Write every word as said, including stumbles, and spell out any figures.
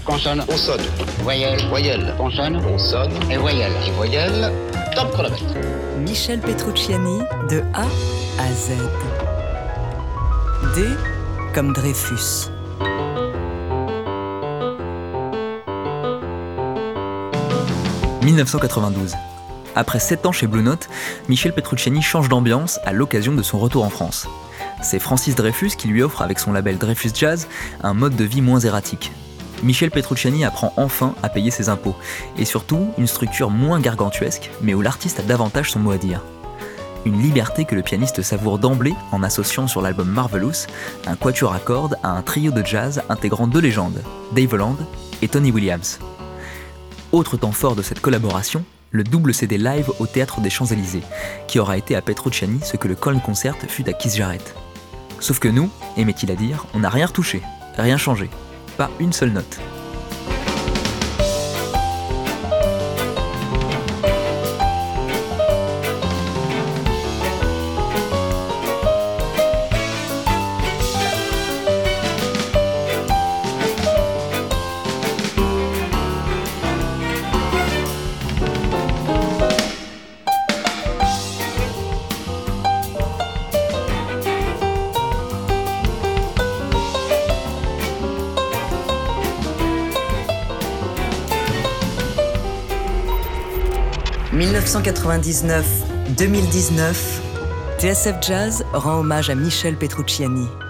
Consonne. On sonne. Voyelle. Voyelle. Consonne. On sonne. Et voyelle. Et voyelle. Top chronomètre. Michel Petrucciani de A à Z. D comme Dreyfus. dix-neuf cent quatre-vingt-douze. Après sept ans chez Blue Note, Michel Petrucciani change d'ambiance à l'occasion de son retour en France. C'est Francis Dreyfus qui lui offre, avec son label Dreyfus Jazz, un mode de vie moins erratique. Michel Petrucciani apprend enfin à payer ses impôts, et surtout une structure moins gargantuesque, mais où l'artiste a davantage son mot à dire. Une liberté que le pianiste savoure d'emblée en associant sur l'album Marvelous un quatuor à cordes à un trio de jazz intégrant deux légendes, Dave Holland et Tony Williams. Autre temps fort de cette collaboration, le double C D live au Théâtre des Champs-Élysées, qui aura été à Petrucciani ce que le Colne Concert fut à Keith Jarrett. Sauf que nous, aimait-il à dire, on n'a rien retouché, rien changé, pas une seule note. dix-neuf cent quatre-vingt-dix-neuf deux mille dix-neuf, T S F Jazz rend hommage à Michel Petrucciani.